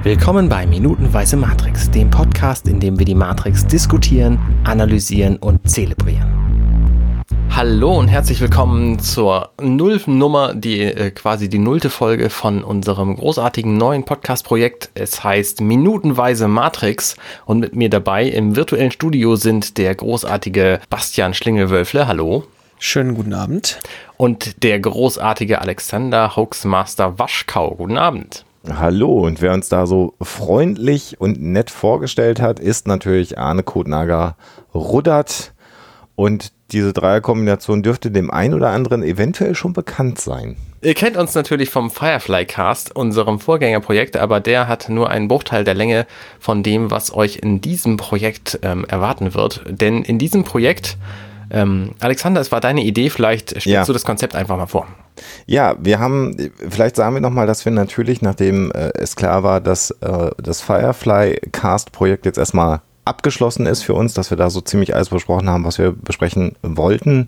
Willkommen bei Minutenweise Matrix, dem Podcast, in dem wir die Matrix diskutieren, analysieren und zelebrieren. Hallo und herzlich willkommen zur Nullnummer, quasi die 0. Folge von unserem großartigen neuen Podcast-Projekt. Es heißt Minutenweise Matrix und mit mir dabei im virtuellen Studio sind der großartige Bastian Schlingelwölfle. Hallo. Schönen guten Abend. Und der großartige Alexander Hoaxmaster Waschkau. Guten Abend. Hallo, und wer uns da so freundlich und nett vorgestellt hat, ist natürlich Arne Kotnager-Ruddert. Und diese Dreierkombination dürfte dem einen oder anderen eventuell schon bekannt sein. Ihr kennt uns natürlich vom Firefly Cast, unserem Vorgängerprojekt, aber der hat nur einen Bruchteil der Länge von dem, was euch in diesem Projekt erwarten wird. Denn in diesem Projekt, Alexander, es war deine Idee, vielleicht stellst du das Konzept einfach mal vor. Ja, vielleicht sagen wir nochmal, dass wir natürlich, nachdem es klar war, dass das Firefly Cast Projekt jetzt erstmal abgeschlossen ist für uns, dass wir da so ziemlich alles besprochen haben, was wir besprechen wollten,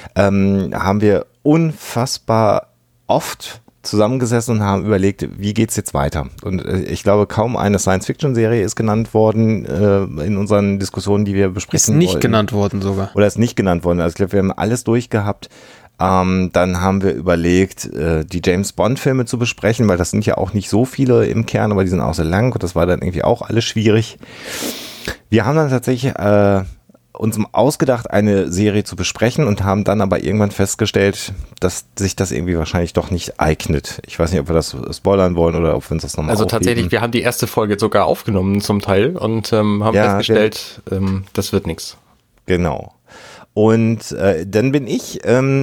haben wir unfassbar oft zusammengesessen und haben überlegt, wie geht's jetzt weiter? Und ich glaube, kaum eine Science-Fiction-Serie ist genannt worden in unseren Diskussionen, die wir besprechen wollten. Ist nicht genannt worden sogar. Oder ist nicht genannt worden. Also ich glaube, wir haben alles durchgehabt. Dann haben wir überlegt, die James-Bond-Filme zu besprechen, weil das sind ja auch nicht so viele im Kern, aber die sind auch sehr lang und das war dann irgendwie auch alles schwierig. Wir haben dann tatsächlich uns ausgedacht, eine Serie zu besprechen und haben dann aber irgendwann festgestellt, dass sich das irgendwie wahrscheinlich doch nicht eignet. Ich weiß nicht, ob wir das spoilern wollen oder ob wir uns das nochmal Also tatsächlich, wir haben die erste Folge sogar aufgenommen zum Teil und haben festgestellt, das wird nichts. Genau. Und dann bin ich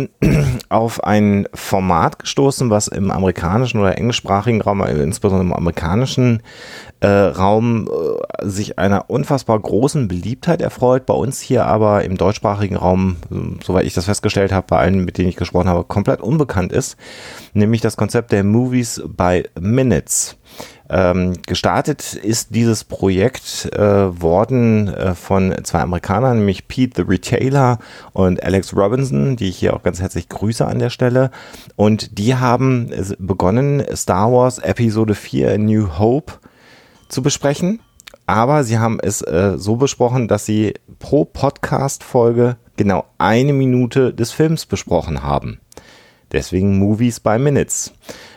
auf ein Format gestoßen, was im amerikanischen oder englischsprachigen Raum, insbesondere im amerikanischen Raum, sich einer unfassbar großen Beliebtheit erfreut. Bei uns hier aber im deutschsprachigen Raum, soweit ich das festgestellt habe, bei allen, mit denen ich gesprochen habe, komplett unbekannt ist. Nämlich das Konzept der Movies by Minutes. Gestartet ist dieses Projekt worden von zwei Amerikanern, nämlich Pete the Retailer und Alex Robinson, die ich hier auch ganz herzlich grüße an der Stelle. Und die haben begonnen, Star Wars Episode 4 A New Hope zu besprechen. Aber sie haben es so besprochen, dass sie pro Podcast-Folge genau 1 Minute des Films besprochen haben. Deswegen Movies by Minutes.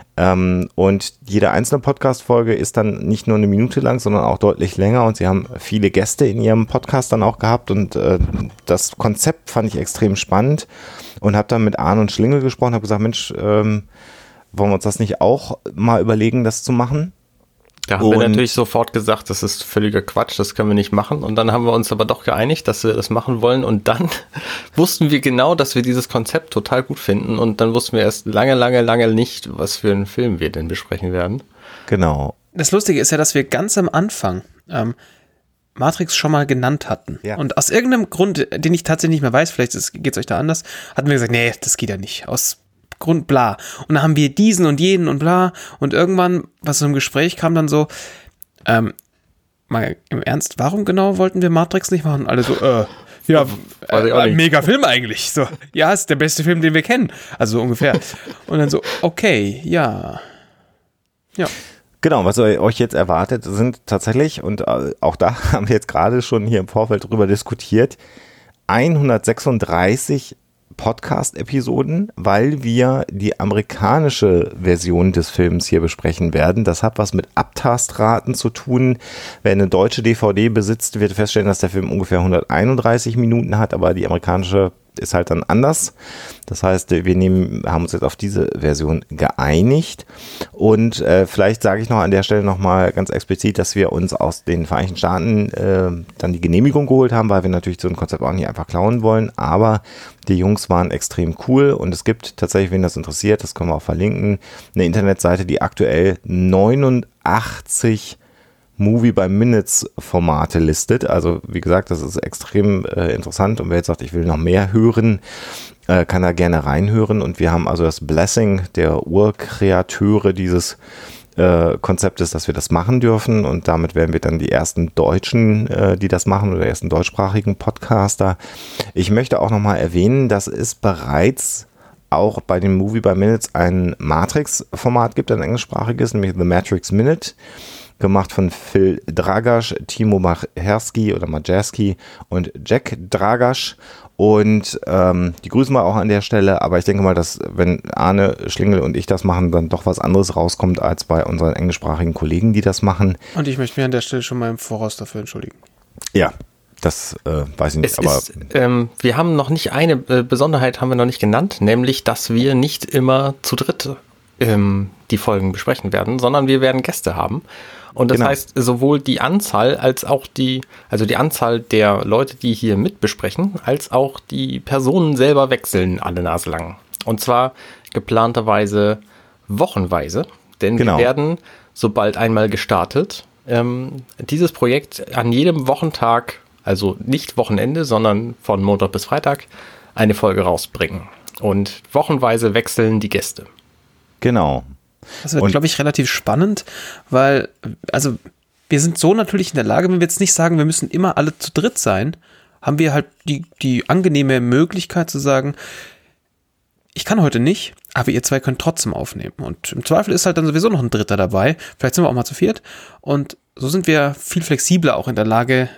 Und jede einzelne Podcast-Folge ist dann nicht nur 1 Minute lang, sondern auch deutlich länger und sie haben viele Gäste in ihrem Podcast dann auch gehabt und das Konzept fand ich extrem spannend und habe dann mit Arne und Schlingel gesprochen, habe gesagt, Mensch, wollen wir uns das nicht auch mal überlegen, das zu machen? Da haben wir natürlich sofort gesagt, das ist völliger Quatsch, das können wir nicht machen. Und dann haben wir uns aber doch geeinigt, dass wir das machen wollen. Und dann wussten wir genau, dass wir dieses Konzept total gut finden. Und dann wussten wir erst lange nicht, was für einen Film wir denn besprechen werden. Genau. Das Lustige ist ja, dass wir ganz am Anfang Matrix schon mal genannt hatten. Ja. Und aus irgendeinem Grund, den ich tatsächlich nicht mehr weiß, vielleicht geht es euch da anders, hatten wir gesagt, nee, das geht ja nicht. Aus Grund bla. Und dann haben wir diesen und jenen und bla. Und irgendwann, was so im Gespräch kam, dann so, mal im Ernst, warum genau wollten wir Matrix nicht machen? Alle so, mega Film eigentlich. So, ja, ist der beste Film, den wir kennen. Also so ungefähr. Und dann so, okay, ja. Genau, was euch jetzt erwartet, sind tatsächlich, und auch da haben wir jetzt gerade schon hier im Vorfeld drüber diskutiert, 136 Podcast-Episoden, weil wir die amerikanische Version des Films hier besprechen werden. Das hat was mit Abtastraten zu tun. Wer eine deutsche DVD besitzt, wird feststellen, dass der Film ungefähr 131 Minuten hat, aber die amerikanische ist halt dann anders. Das heißt, wir haben uns jetzt auf diese Version geeinigt und vielleicht sage ich noch an der Stelle nochmal ganz explizit, dass wir uns aus den Vereinigten Staaten dann die Genehmigung geholt haben, weil wir natürlich so ein Konzept auch nicht einfach klauen wollen, aber die Jungs waren extrem cool und es gibt tatsächlich, wen das interessiert, das können wir auch verlinken, eine Internetseite, die aktuell 89 Movie by Minutes Formate listet. Also wie gesagt, das ist extrem interessant und wer jetzt sagt, ich will noch mehr hören, kann da gerne reinhören und wir haben also das Blessing der Urkreateure dieses Konzeptes, dass wir das machen dürfen und damit werden wir dann die ersten Deutschen, die das machen oder ersten deutschsprachigen Podcaster. Ich möchte auch nochmal erwähnen, dass es bereits auch bei den Movie by Minutes ein Matrix-Format gibt, ein englischsprachiges, nämlich The Matrix Minute. gemacht von Phil Dragasch, Timo Majerski und Jack Dragasch. Und die grüßen wir auch an der Stelle, aber ich denke mal, dass wenn Arne Schlingel und ich das machen, dann doch was anderes rauskommt als bei unseren englischsprachigen Kollegen, die das machen. Und ich möchte mich an der Stelle schon mal im Voraus dafür entschuldigen. Ja, das weiß ich nicht. Wir haben noch nicht eine Besonderheit haben wir noch nicht genannt, nämlich, dass wir nicht immer zu dritt die Folgen besprechen werden, sondern wir werden Gäste haben. Und das heißt, sowohl die Anzahl als auch die Anzahl der Leute, die hier mitbesprechen, als auch die Personen selber wechseln alle Nase lang. Und zwar geplanterweise wochenweise, denn wir werden, sobald einmal gestartet, dieses Projekt an jedem Wochentag, also nicht Wochenende, sondern von Montag bis Freitag, eine Folge rausbringen. Und wochenweise wechseln die Gäste. Genau. Das wird, glaube ich, relativ spannend, weil, also wir sind so natürlich in der Lage, wenn wir jetzt nicht sagen, wir müssen immer alle zu dritt sein, haben wir halt die angenehme Möglichkeit zu sagen, ich kann heute nicht, aber ihr zwei könnt trotzdem aufnehmen. Und im Zweifel ist halt dann sowieso noch ein Dritter dabei, vielleicht sind wir auch mal zu viert. Und so sind wir viel flexibler auch in der Lage,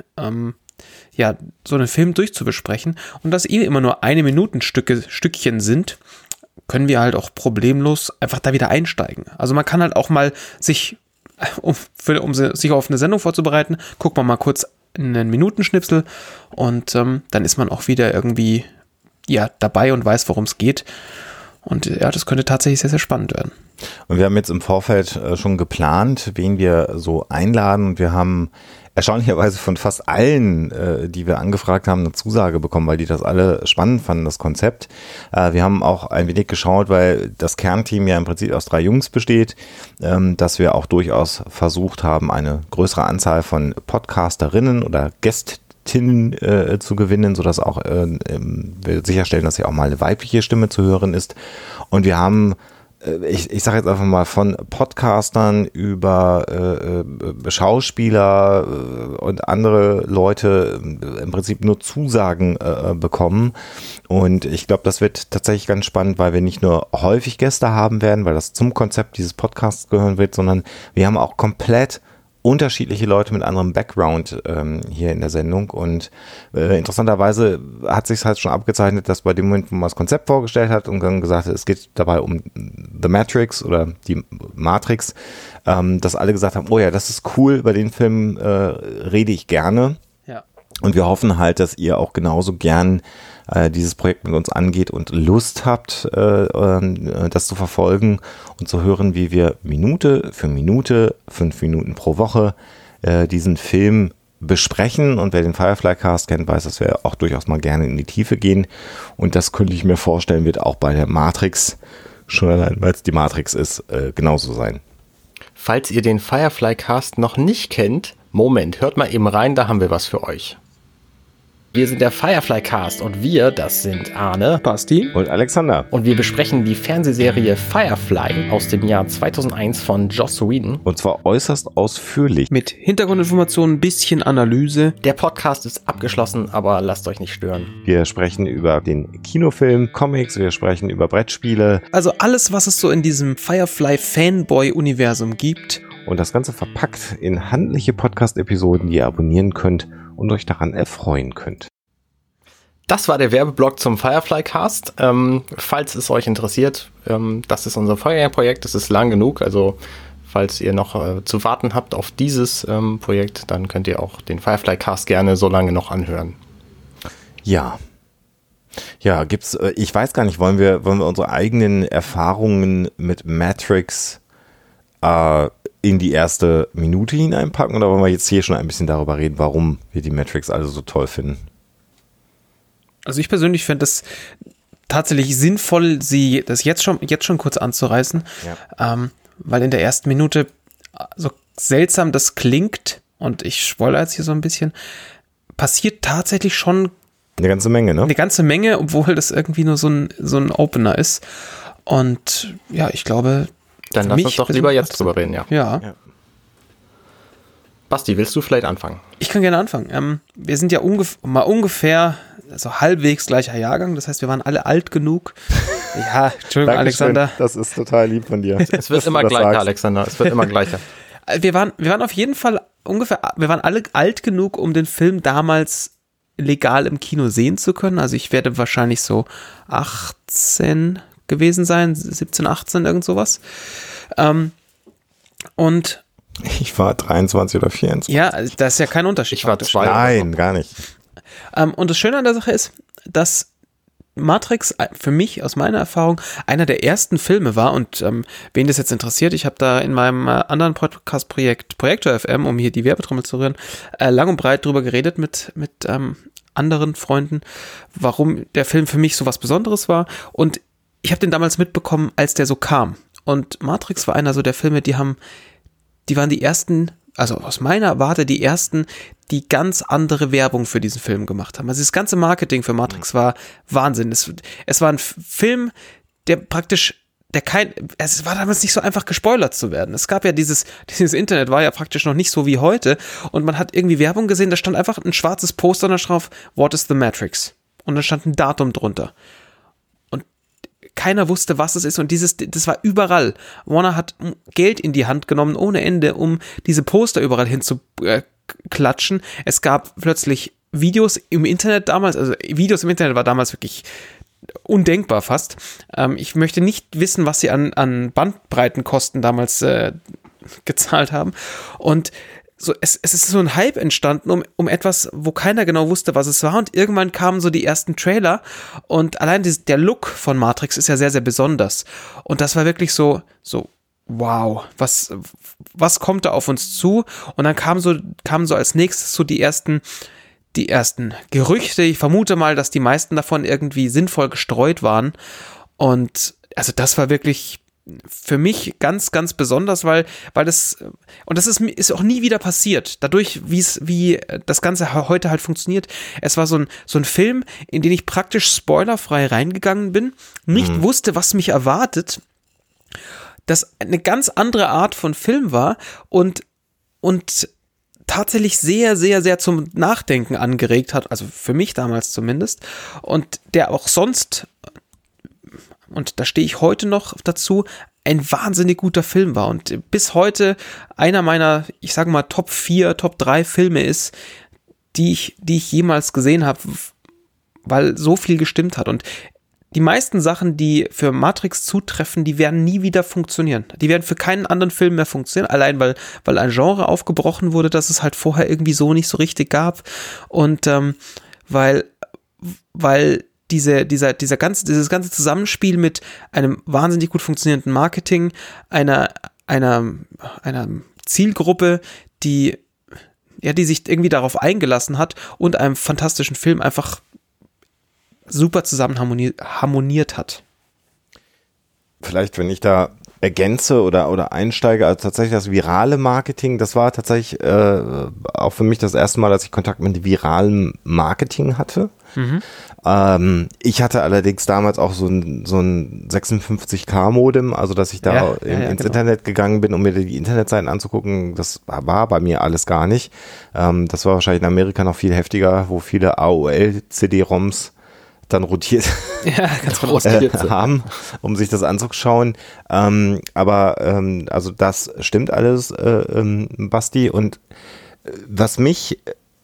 so einen Film durchzubesprechen. Und dass immer nur 1-Minuten-Stückchen sind, können wir halt auch problemlos einfach da wieder einsteigen. Also man kann halt auch mal sich, um sich auf eine Sendung vorzubereiten, guckt man mal kurz einen Minutenschnipsel und dann ist man auch wieder irgendwie dabei und weiß, worum es geht. Und ja, das könnte tatsächlich sehr, sehr spannend werden. Und wir haben jetzt im Vorfeld schon geplant, wen wir so einladen. Und wir haben erstaunlicherweise von fast allen, die wir angefragt haben, eine Zusage bekommen, weil die das alle spannend fanden, das Konzept. Wir haben auch ein wenig geschaut, weil das Kernteam ja im Prinzip aus 3 Jungs besteht, dass wir auch durchaus versucht haben, eine größere Anzahl von Podcasterinnen oder Gästinnen zu gewinnen, sodass auch wir sicherstellen, dass ja auch mal eine weibliche Stimme zu hören ist. Und wir haben ich sage jetzt einfach mal von Podcastern über Schauspieler und andere Leute im Prinzip nur Zusagen bekommen. Und ich glaube, das wird tatsächlich ganz spannend, weil wir nicht nur häufig Gäste haben werden, weil das zum Konzept dieses Podcasts gehören wird, sondern wir haben auch komplett unterschiedliche Leute mit anderem Background hier in der Sendung und interessanterweise hat sich halt schon abgezeichnet, dass bei dem Moment, wo man das Konzept vorgestellt hat und dann gesagt hat, es geht dabei um The Matrix oder die Matrix, dass alle gesagt haben, oh ja, das ist cool, über den Film rede ich gerne. Ja. Und wir hoffen halt, dass ihr auch genauso gern dieses Projekt mit uns angeht und Lust habt, das zu verfolgen und zu hören, wie wir Minute für Minute, 5 Minuten pro Woche, diesen Film besprechen. Und wer den Firefly Cast kennt, weiß, dass wir auch durchaus mal gerne in die Tiefe gehen. Und das könnte ich mir vorstellen, wird auch bei der Matrix, schon allein, weil es die Matrix ist, genauso sein. Falls ihr den Firefly Cast noch nicht kennt, Moment, hört mal eben rein, da haben wir was für euch. Wir sind der Firefly Cast und wir, das sind Arne, Basti und Alexander. Und wir besprechen die Fernsehserie Firefly aus dem Jahr 2001 von Joss Whedon. Und zwar äußerst ausführlich. Mit Hintergrundinformationen, ein bisschen Analyse. Der Podcast ist abgeschlossen, aber lasst euch nicht stören. Wir sprechen über den Kinofilm, Comics, wir sprechen über Brettspiele. Also alles, was es so in diesem Firefly-Fanboy-Universum gibt. Und das Ganze verpackt in handliche Podcast-Episoden, die ihr abonnieren könnt und euch daran erfreuen könnt. Das war der Werbeblock zum Firefly Cast. Falls es euch interessiert, das ist unser Projekt, das ist lang genug, also falls ihr noch zu warten habt auf dieses Projekt, dann könnt ihr auch den Firefly Cast gerne so lange noch anhören. Ja, gibt's, ich weiß gar nicht, wollen wir unsere eigenen Erfahrungen mit Matrix in die erste Minute hineinpacken oder wollen wir jetzt hier schon ein bisschen darüber reden, warum wir die Matrix alle so toll finden? Also ich persönlich fände es tatsächlich sinnvoll, sie das jetzt schon kurz anzureißen, weil in der ersten Minute, so seltsam das klingt, und ich spoilere jetzt hier so ein bisschen, passiert tatsächlich schon eine ganze Menge, ne? Eine ganze Menge, obwohl das irgendwie nur so ein Opener ist. Und ja, ich glaube, dann lass uns doch lieber jetzt drüber reden, ja. Basti, willst du vielleicht anfangen? Ich kann gerne anfangen. Wir sind ja ungefähr also halbwegs gleicher Jahrgang, das heißt, wir waren alle alt genug. Ja, Entschuldigung, Alexander. Das ist total lieb von dir. Es wird immer gleicher, Alexander, es wird immer gleicher. wir waren auf jeden Fall wir waren alle alt genug, um den Film damals legal im Kino sehen zu können. Also ich werde wahrscheinlich so 18 gewesen sein, 17, 18, irgend sowas. Und ich war 23 oder 24. Ja, das ist ja kein Unterschied. Ich war 2. Nein, gar nicht. Und das Schöne an der Sache ist, dass Matrix für mich, aus meiner Erfahrung, einer der ersten Filme war und wen das jetzt interessiert, ich habe da in meinem anderen Podcast-Projekt, Projektor FM, um hier die Werbetrommel zu rühren, lang und breit drüber geredet mit anderen Freunden, warum der Film für mich so was Besonderes war, und ich habe den damals mitbekommen, als der so kam, und Matrix war einer so der Filme, die waren die ersten, also aus meiner Warte die ersten, die ganz andere Werbung für diesen Film gemacht haben. Also das ganze Marketing für Matrix war Wahnsinn. Es war ein Film, der praktisch, es war damals nicht so einfach gespoilert zu werden. Es gab ja dieses Internet war ja praktisch noch nicht so wie heute, und man hat irgendwie Werbung gesehen, da stand einfach ein schwarzes Poster und da drauf, What is the Matrix? Und da stand ein Datum drunter. Keiner wusste, was es ist, und das war überall. Warner hat Geld in die Hand genommen ohne Ende, um diese Poster überall hinzuklatschen. Es gab plötzlich Videos im Internet damals, also Videos im Internet war damals wirklich undenkbar fast. Ich möchte nicht wissen, was sie an Bandbreitenkosten damals gezahlt haben, und so, es ist so ein Hype entstanden um etwas, wo keiner genau wusste, was es war, und irgendwann kamen so die ersten Trailer, und allein der Look von Matrix ist ja sehr, sehr besonders, und das war wirklich so wow, was kommt da auf uns zu? Und dann kamen so als nächstes so die ersten Gerüchte. Ich vermute mal, dass die meisten davon irgendwie sinnvoll gestreut waren, und also das war wirklich für mich ganz, ganz besonders, weil das ist auch nie wieder passiert. Dadurch, wie das Ganze heute halt funktioniert. Es war so ein Film, in den ich praktisch spoilerfrei reingegangen bin, nicht wusste, was mich erwartet, das eine ganz andere Art von Film war und tatsächlich sehr, sehr, sehr zum Nachdenken angeregt hat, also für mich damals zumindest, und der auch sonst, und da stehe ich heute noch dazu, ein wahnsinnig guter Film war und bis heute einer meiner, ich sage mal, Top 4, Top 3 Filme ist, die ich jemals gesehen habe, weil so viel gestimmt hat. Und die meisten Sachen, die für Matrix zutreffen, die werden nie wieder funktionieren. Die werden für keinen anderen Film mehr funktionieren, allein weil ein Genre aufgebrochen wurde, das es halt vorher irgendwie so nicht so richtig gab, und weil dieses ganze Zusammenspiel mit einem wahnsinnig gut funktionierenden Marketing, einer Zielgruppe, die sich irgendwie darauf eingelassen hat, und einem fantastischen Film einfach super zusammen harmoniert hat. Vielleicht, wenn ich da ergänze oder einsteige, also tatsächlich das virale Marketing, das war tatsächlich auch für mich das erste Mal, dass ich Kontakt mit viralem Marketing hatte. Ich hatte allerdings damals auch so ein 56K-Modem, also dass ich da ins Internet gegangen bin, um mir die Internetseiten anzugucken. Das war bei mir alles gar nicht. Das war wahrscheinlich in Amerika noch viel heftiger, wo viele AOL-CD-ROMs dann rotiert haben, um sich das anzuschauen. Also das stimmt alles, Basti. Und was mich,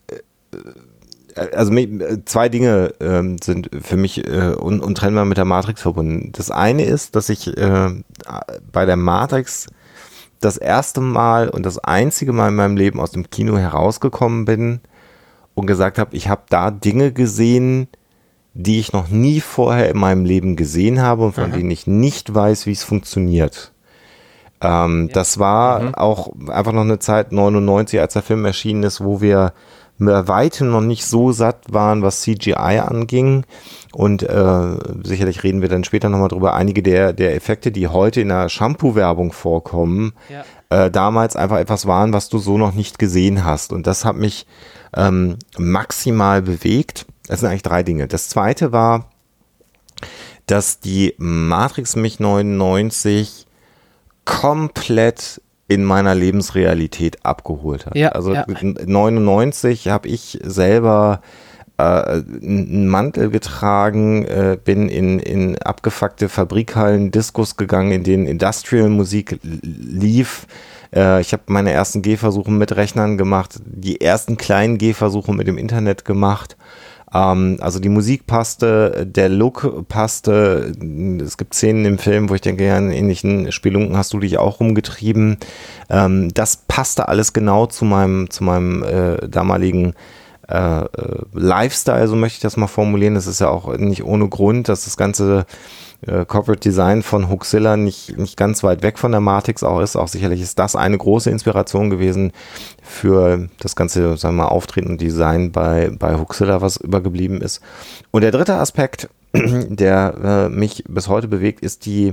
zwei Dinge sind für mich untrennbar mit der Matrix verbunden. Das eine ist, dass ich bei der Matrix das erste Mal und das einzige Mal in meinem Leben aus dem Kino herausgekommen bin und gesagt habe, ich habe da Dinge gesehen, die ich noch nie vorher in meinem Leben gesehen habe und von denen ich nicht weiß, wie es funktioniert. Das war auch einfach noch eine Zeit, 99, als der Film erschienen ist, wo wir bei weitem noch nicht so satt waren, was CGI anging. Und sicherlich reden wir dann später nochmal drüber. Einige der Effekte, die heute in der Shampoo-Werbung vorkommen, damals einfach etwas waren, was du so noch nicht gesehen hast. Und das hat mich maximal bewegt. Das sind eigentlich 3 Dinge. Das zweite war, dass die Matrix mich 99 komplett in meiner Lebensrealität abgeholt hat. 99 habe ich selber einen Mantel getragen, bin in abgefuckte Fabrikhallen, Diskos gegangen, in denen Industrial-Musik lief. Ich habe meine ersten Gehversuche mit Rechnern gemacht, die ersten kleinen Gehversuche mit dem Internet gemacht. Also die Musik passte, der Look passte. Es gibt Szenen im Film, wo ich denke, ja, in ähnlichen Spielunken hast du dich auch rumgetrieben. Das passte alles genau zu meinem damaligen Lifestyle, so möchte ich das mal formulieren. Das ist ja auch nicht ohne Grund, dass das ganze Corporate Design von Huxilla nicht ganz weit weg von der Matrix auch ist. Auch sicherlich ist das eine große Inspiration gewesen für das ganze, sagen wir mal, Auftreten und Design bei Huxilla, was übergeblieben ist. Und der dritte Aspekt, der mich bis heute bewegt, ist die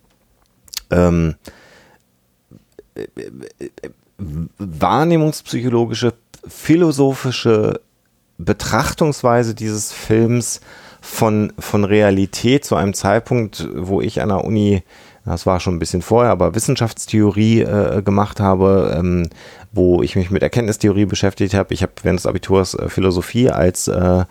wahrnehmungspsychologische, philosophische Betrachtungsweise dieses Films von Realität zu einem Zeitpunkt, wo ich an der Uni, das war schon ein bisschen vorher, aber Wissenschaftstheorie gemacht habe, wo ich mich mit Erkenntnistheorie beschäftigt habe. Ich habe während des Abiturs Philosophie als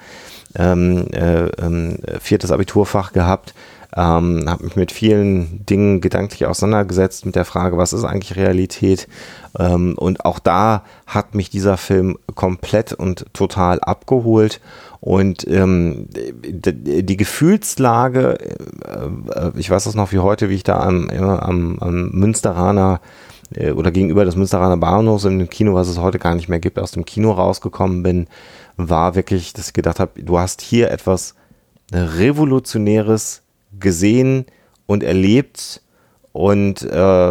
viertes Abiturfach gehabt, habe mich mit vielen Dingen gedanklich auseinandergesetzt mit der Frage, was ist eigentlich Realität? Und auch da hat mich dieser Film komplett und total abgeholt. Und die Gefühlslage, ich weiß das noch wie heute, wie ich da am Münsteraner oder gegenüber des Münsteraner Bahnhofs in dem Kino, was es heute gar nicht mehr gibt, aus dem Kino rausgekommen bin, war wirklich, dass ich gedacht habe, du hast hier etwas Revolutionäres gesehen und erlebt. Und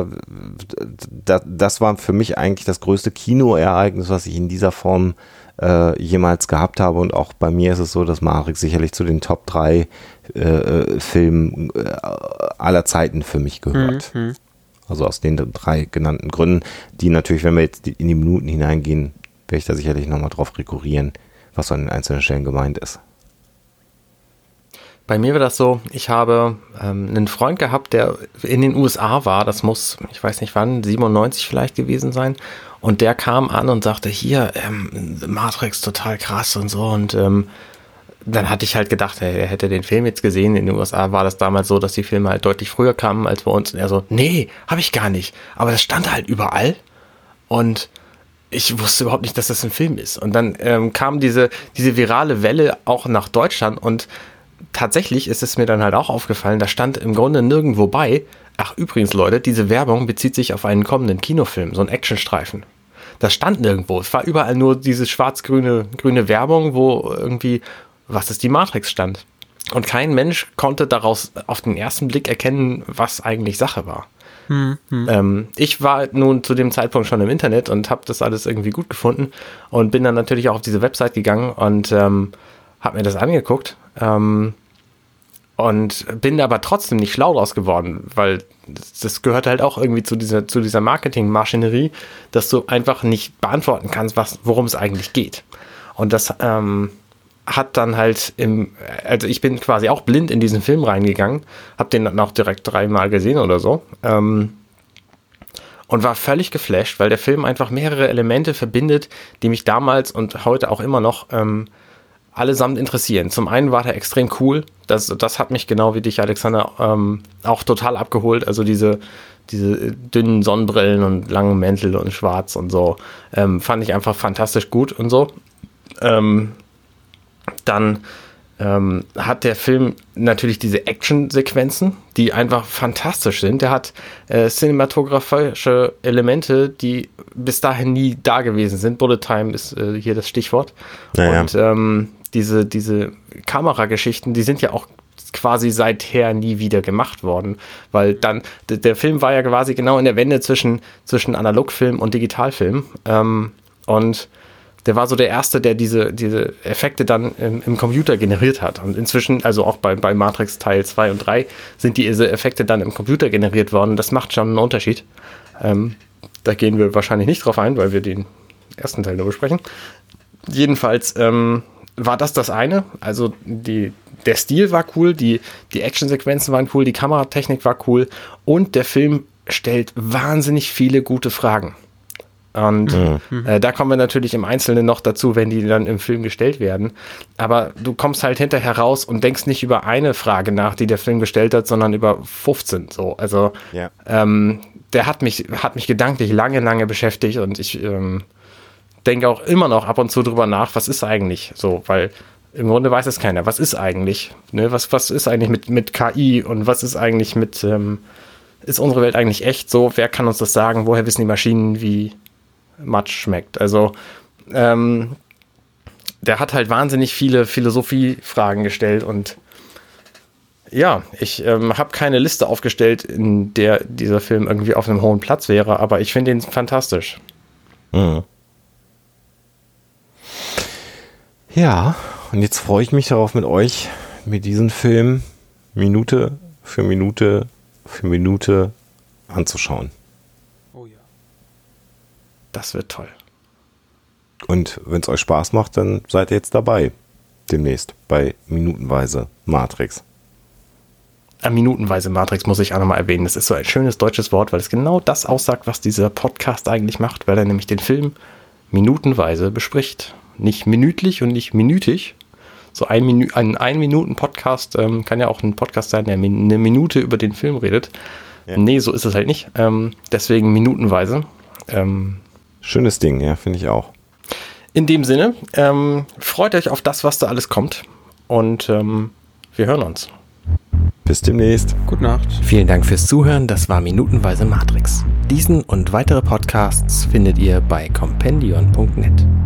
das war für mich eigentlich das größte Kinoereignis, was ich in dieser Form jemals gehabt habe. Und auch bei mir ist es so, dass Matrix sicherlich zu den Top 3 Filmen aller Zeiten für mich gehört. Mhm. Also aus den 3 genannten Gründen, die natürlich, wenn wir jetzt in die Minuten hineingehen, werde ich da sicherlich nochmal drauf rekurrieren, was an den einzelnen Stellen gemeint ist. Bei mir war das so, ich habe einen Freund gehabt, der in den USA war, das muss, ich weiß nicht wann, 97 vielleicht gewesen sein, und der kam an und sagte, hier, Matrix, total krass und so, und dann hatte ich halt gedacht, er hätte den Film jetzt gesehen. In den USA war das damals so, dass die Filme halt deutlich früher kamen als bei uns, und er so, nee, habe ich gar nicht, aber das stand halt überall, und ich wusste überhaupt nicht, dass das ein Film ist. Und dann kam diese virale Welle auch nach Deutschland, und tatsächlich ist es mir dann halt auch aufgefallen, da stand im Grunde nirgendwo bei, ach übrigens Leute, diese Werbung bezieht sich auf einen kommenden Kinofilm, so ein Actionstreifen. Das stand nirgendwo. Es war überall nur diese schwarz-grüne Werbung, wo irgendwie, was ist die Matrix stand. Und kein Mensch konnte daraus auf den ersten Blick erkennen, was eigentlich Sache war. Ich war nun zu dem Zeitpunkt schon im Internet und habe das alles irgendwie gut gefunden und bin dann natürlich auch auf diese Website gegangen und habe mir das angeguckt und bin aber trotzdem nicht schlau draus geworden, weil das gehört halt auch irgendwie zu dieser Marketingmaschinerie, dass du einfach nicht beantworten kannst, worum es eigentlich geht. Und das hat dann halt also ich bin quasi auch blind in diesen Film reingegangen, habe den dann auch direkt 3-mal gesehen oder so, und war völlig geflasht, weil der Film einfach mehrere Elemente verbindet, die mich damals und heute auch immer noch allesamt interessieren. Zum einen war der extrem cool, das hat mich genau wie dich, Alexander, auch total abgeholt, also diese dünnen Sonnenbrillen und langen Mäntel und schwarz und so, fand ich einfach fantastisch gut und so. Dann hat der Film natürlich diese Action-Sequenzen, die einfach fantastisch sind. Der hat cinematografische Elemente, die bis dahin nie da gewesen sind. Bullet Time ist hier das Stichwort. Naja. Und diese Kamerageschichten, die sind ja auch quasi seither nie wieder gemacht worden, weil dann, der Film war ja quasi genau in der Wende zwischen Analogfilm und Digitalfilm, und der war so der erste, der diese Effekte dann im Computer generiert hat. Und inzwischen, also auch bei Matrix Teil 2 und 3, sind diese Effekte dann im Computer generiert worden. Das macht schon einen Unterschied. Da gehen wir wahrscheinlich nicht drauf ein, weil wir den ersten Teil nur besprechen. Jedenfalls war das eine. Also der Stil war cool, die Actionsequenzen waren cool, die Kameratechnik war cool und der Film stellt wahnsinnig viele gute Fragen. Und da kommen wir natürlich im Einzelnen noch dazu, wenn die dann im Film gestellt werden. Aber du kommst halt hinterher raus und denkst nicht über eine Frage nach, die der Film gestellt hat, sondern über 15. So. Also der hat mich gedanklich lange beschäftigt und ich denke auch immer noch ab und zu drüber nach, was ist eigentlich so, weil im Grunde weiß es keiner, was ist eigentlich, ne? Was ist eigentlich mit KI und was ist eigentlich mit, ist unsere Welt eigentlich echt so, wer kann uns das sagen, woher wissen die Maschinen, wie Matsch schmeckt, also der hat halt wahnsinnig viele Philosophiefragen gestellt und ja, ich habe keine Liste aufgestellt, in der dieser Film irgendwie auf einem hohen Platz wäre, aber ich finde ihn fantastisch. Mhm. Ja, und jetzt freue ich mich darauf, mit euch mir diesen Film Minute für Minute für Minute anzuschauen. Oh ja. Das wird toll. Und wenn es euch Spaß macht, dann seid ihr jetzt dabei. Demnächst bei Minutenweise Matrix. Minutenweise Matrix muss ich auch nochmal erwähnen. Das ist so ein schönes deutsches Wort, weil es genau das aussagt, was dieser Podcast eigentlich macht, weil er nämlich den Film minutenweise bespricht. Nicht minütlich und nicht minütig. So ein Minuten-Podcast kann ja auch ein Podcast sein, der eine Minute über den Film redet. Ja. Nee, so ist es halt nicht. Deswegen minutenweise. Schönes Ding, ja, finde ich auch. In dem Sinne, freut euch auf das, was da alles kommt. Und wir hören uns. Bis demnächst. Gute Nacht. Vielen Dank fürs Zuhören. Das war Minutenweise Matrix. Diesen und weitere Podcasts findet ihr bei compendion.net.